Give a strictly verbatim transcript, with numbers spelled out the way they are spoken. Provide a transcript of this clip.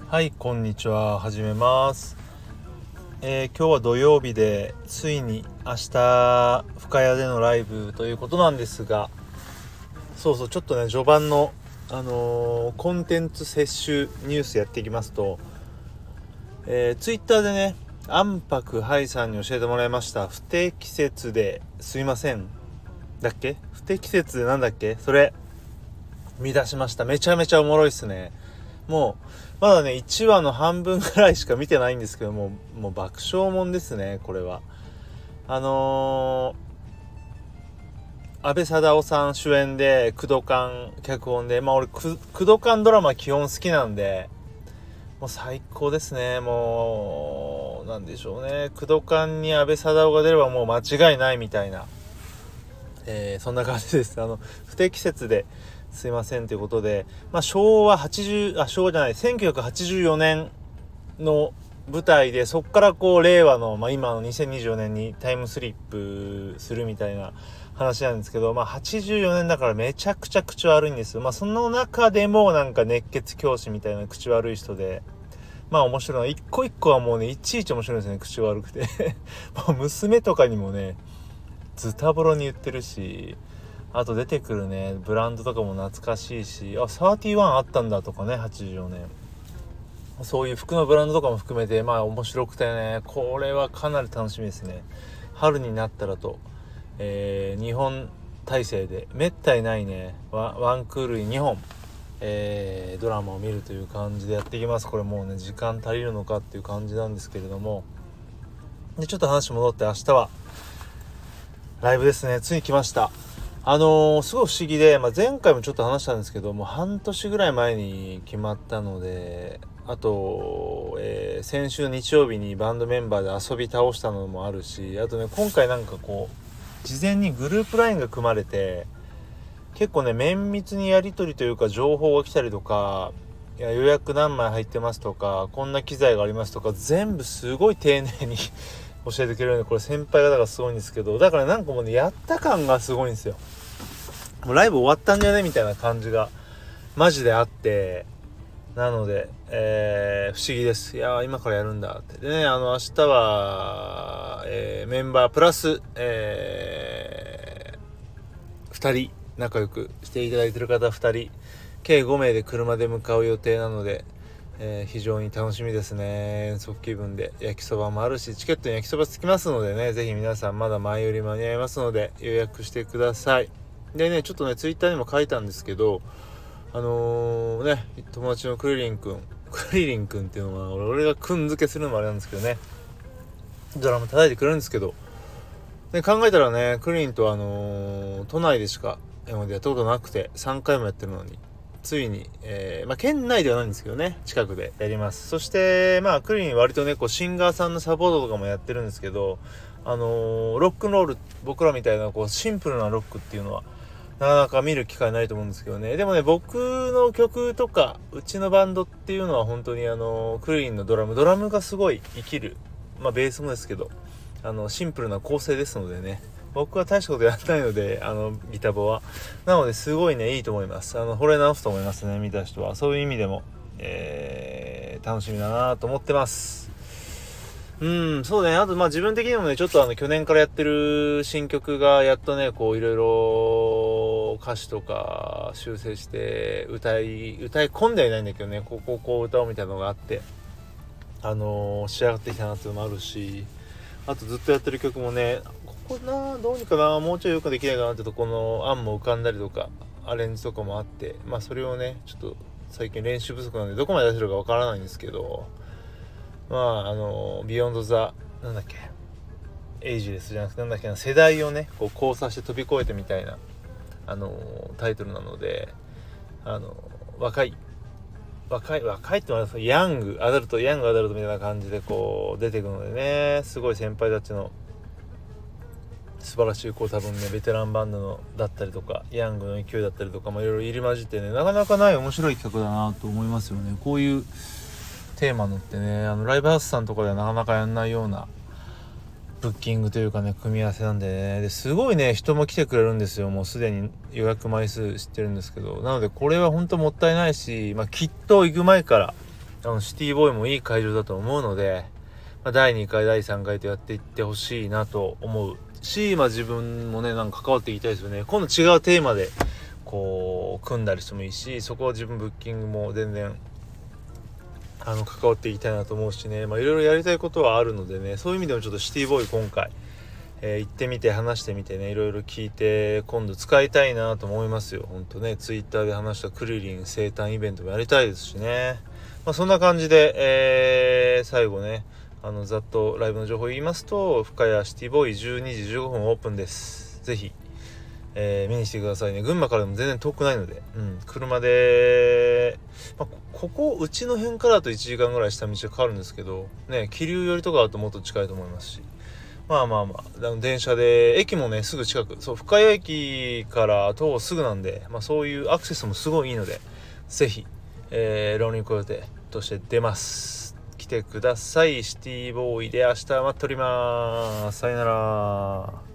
はい、こんにちは。始めます。えー、今日は土曜日で、ついに明日深谷でのライブということなんですが、そうそう、ちょっとね、序盤のあのーコンテンツ摂取ニュースやっていきますと、えー、ツイッターでね、安泊ハイさんに教えてもらいました。不適切ですいませんだっけ不適切でなんだっけそれ見出しました。めちゃめちゃおもろいっすね。もうまだねいちわの半分ぐらいしか見てないんですけども、もう爆笑もんですね。これはあのー、安倍貞夫さん主演で工藤館脚本で、まあ俺工藤館ドラマ基本好きなんで、もう最高ですね。もうなんでしょうね、工藤館に安倍貞夫が出ればもう間違いないみたいな、えー、そんな感じです。あの不適切ですいませんということで、まあ、昭和はちじゅうあ昭和じゃないせんきゅうひゃくはちじゅうよねんの舞台で、そっからこう令和の、まあ、今のにせんにじゅうよねんにタイムスリップするみたいな話なんですけど、まあ、はちじゅうよねんだからめちゃくちゃ口悪いんですよ。まあその中でもなんか熱血教師みたいな口悪い人で、まあ面白いの一個一個はもうねいちいち面白いですね、口悪くてもう娘とかにもねズタボロに言ってるし、あと出てくるねブランドとかも懐かしいし、あサーティワンあったんだとかね、はちじゅうよねん、そういう服のブランドとかも含めてまあ面白くてね、これはかなり楽しみですね。春になったらと、えー、日本体制でめったにないねワワンクールににほん、えー、ドラマを見るという感じでやっていきます。これもうね時間足りるのかっていう感じなんですけれども、でちょっと話戻って、明日はライブですね。ついに来ました。あのー、すごい不思議で、まあ、前回もちょっと話したんですけども、半年ぐらい前に決まったので、あと、えー、先週日曜日にバンドメンバーで遊び倒したのもあるし、あとね今回なんかこう事前にグループラインが組まれて、結構ね綿密にやり取りというか情報が来たりとか、いや予約何枚入ってますとか、こんな機材がありますとか、全部すごい丁寧に教えてくれるんで、これ先輩方がすごいんですけど、だからなんかもうねやった感がすごいんですよ。もうライブ終わったんじゃねみたいな感じがマジであって、なので、えー、不思議です。いや今からやるんだって。でね、あの明日は、えー、メンバープラス、えー、ふたり仲良くしていただいている方ふたり計ごめいで車で向かう予定なので、えー、非常に楽しみですね。遠足気分で焼きそばもあるし、チケットに焼きそばつきますのでね、ぜひ皆さんまだ前より間に合いますので予約してください。でね、ちょっとねツイッターにも書いたんですけど、あのー、ね友達のクリリンくんクリリンくんっていうのは俺俺がくん付けするのもあれなんですけどね、ドラム叩いてくれるんですけど、で考えたらねクリリンとあのー、都内でしか今までやったことなくてさんかいもやってるのに、ついに、えー、まあ県内ではないんですけどね、近くでやります。そしてまあクリリン割とねこうシンガーさんのサポートとかもやってるんですけど、あのー、ロックンロール、僕らみたいなこうシンプルなロックっていうのはなかなか見る機会ないと思うんですけどね。でもね僕の曲とかうちのバンドっていうのは本当にあのクリリンのドラムドラムがすごい生きる、まあベースもですけど、あのシンプルな構成ですのでね、僕は大したことやらないので、あのギタボはなのですごいねいいと思います。あの惚れ直すと思いますね、見た人は。そういう意味でも、えー、楽しみだなと思ってます。うんそうね。あとまあ自分的にもねちょっとあの去年からやってる新曲がやっとねこういろいろ歌詞とか修正して歌い歌い込んではいないんだけどね、こうこうこう歌おうみたいなのがあって、あのー、仕上がってきたなっていうのもあるし、あとずっとやってる曲もねここなどうにかなもうちょいよくできないかなってとこの案も浮かんだりとかアレンジとかもあって、まあそれをねちょっと最近練習不足なんでどこまで出せるかわからないんですけど、まああのビヨンドザなんだっけエイジレスじゃなくてなんだっけな、世代をねこう交差して飛び越えてみたいなあのタイトルなので、あの若い若い若いって言われるとヤングアダルトヤングアダルトみたいな感じでこう出てくるのでね、すごい先輩たちの素晴らしいこう多分ねベテランバンドのだったりとかヤングの勢いだったりとかもいろいろ入り混じってね、なかなかない面白い企画だなと思いますよね。こういうテーマのってね、あのライブハウスさんとかではなかなかやんないようなブッキングというかね組み合わせなんでね、ですごいね人も来てくれるんですよ。もうすでに予約枚数知ってるんですけど、なのでこれは本当もったいないし、まあ、きっと行く前からあのシティボーイもいい会場だと思うので、まあ、だいにかいだいさんかいとやっていってほしいなと思うし、まあ、自分もねなんか関わっていきたいですよね。今度違うテーマでこう組んだりしてもいいし、そこは自分ブッキングも全然あの関わっていきたいなと思うしね、まあいろいろやりたいことはあるのでね、そういう意味でもちょっとシティボーイ今回、えー、行ってみて話してみてね、いろいろ聞いて今度使いたいなと思いますよ。ほんとね、ツイッターで話したクリリン生誕イベントもやりたいですしね。まあそんな感じで、えー、最後ねあのざっとライブの情報を言いますと、深谷シティボーイじゅうにじじゅうごふんオープンです。ぜひえー、見に来てくださいね。群馬からでも全然遠くないので、うん、車で、まあ、ここうちの辺からだといちじかんぐらい下道がかかるんですけどね、桐生寄りとかだともっと近いと思いますし、まあまあまあ電車で、駅もねすぐ近く、そう深谷駅から徒歩すぐなんで、まあ、そういうアクセスもすごいいいので、ぜひ、えー、ローリングコヨテとして出ます。来てください。シティボーイで明日待っております。さよなら。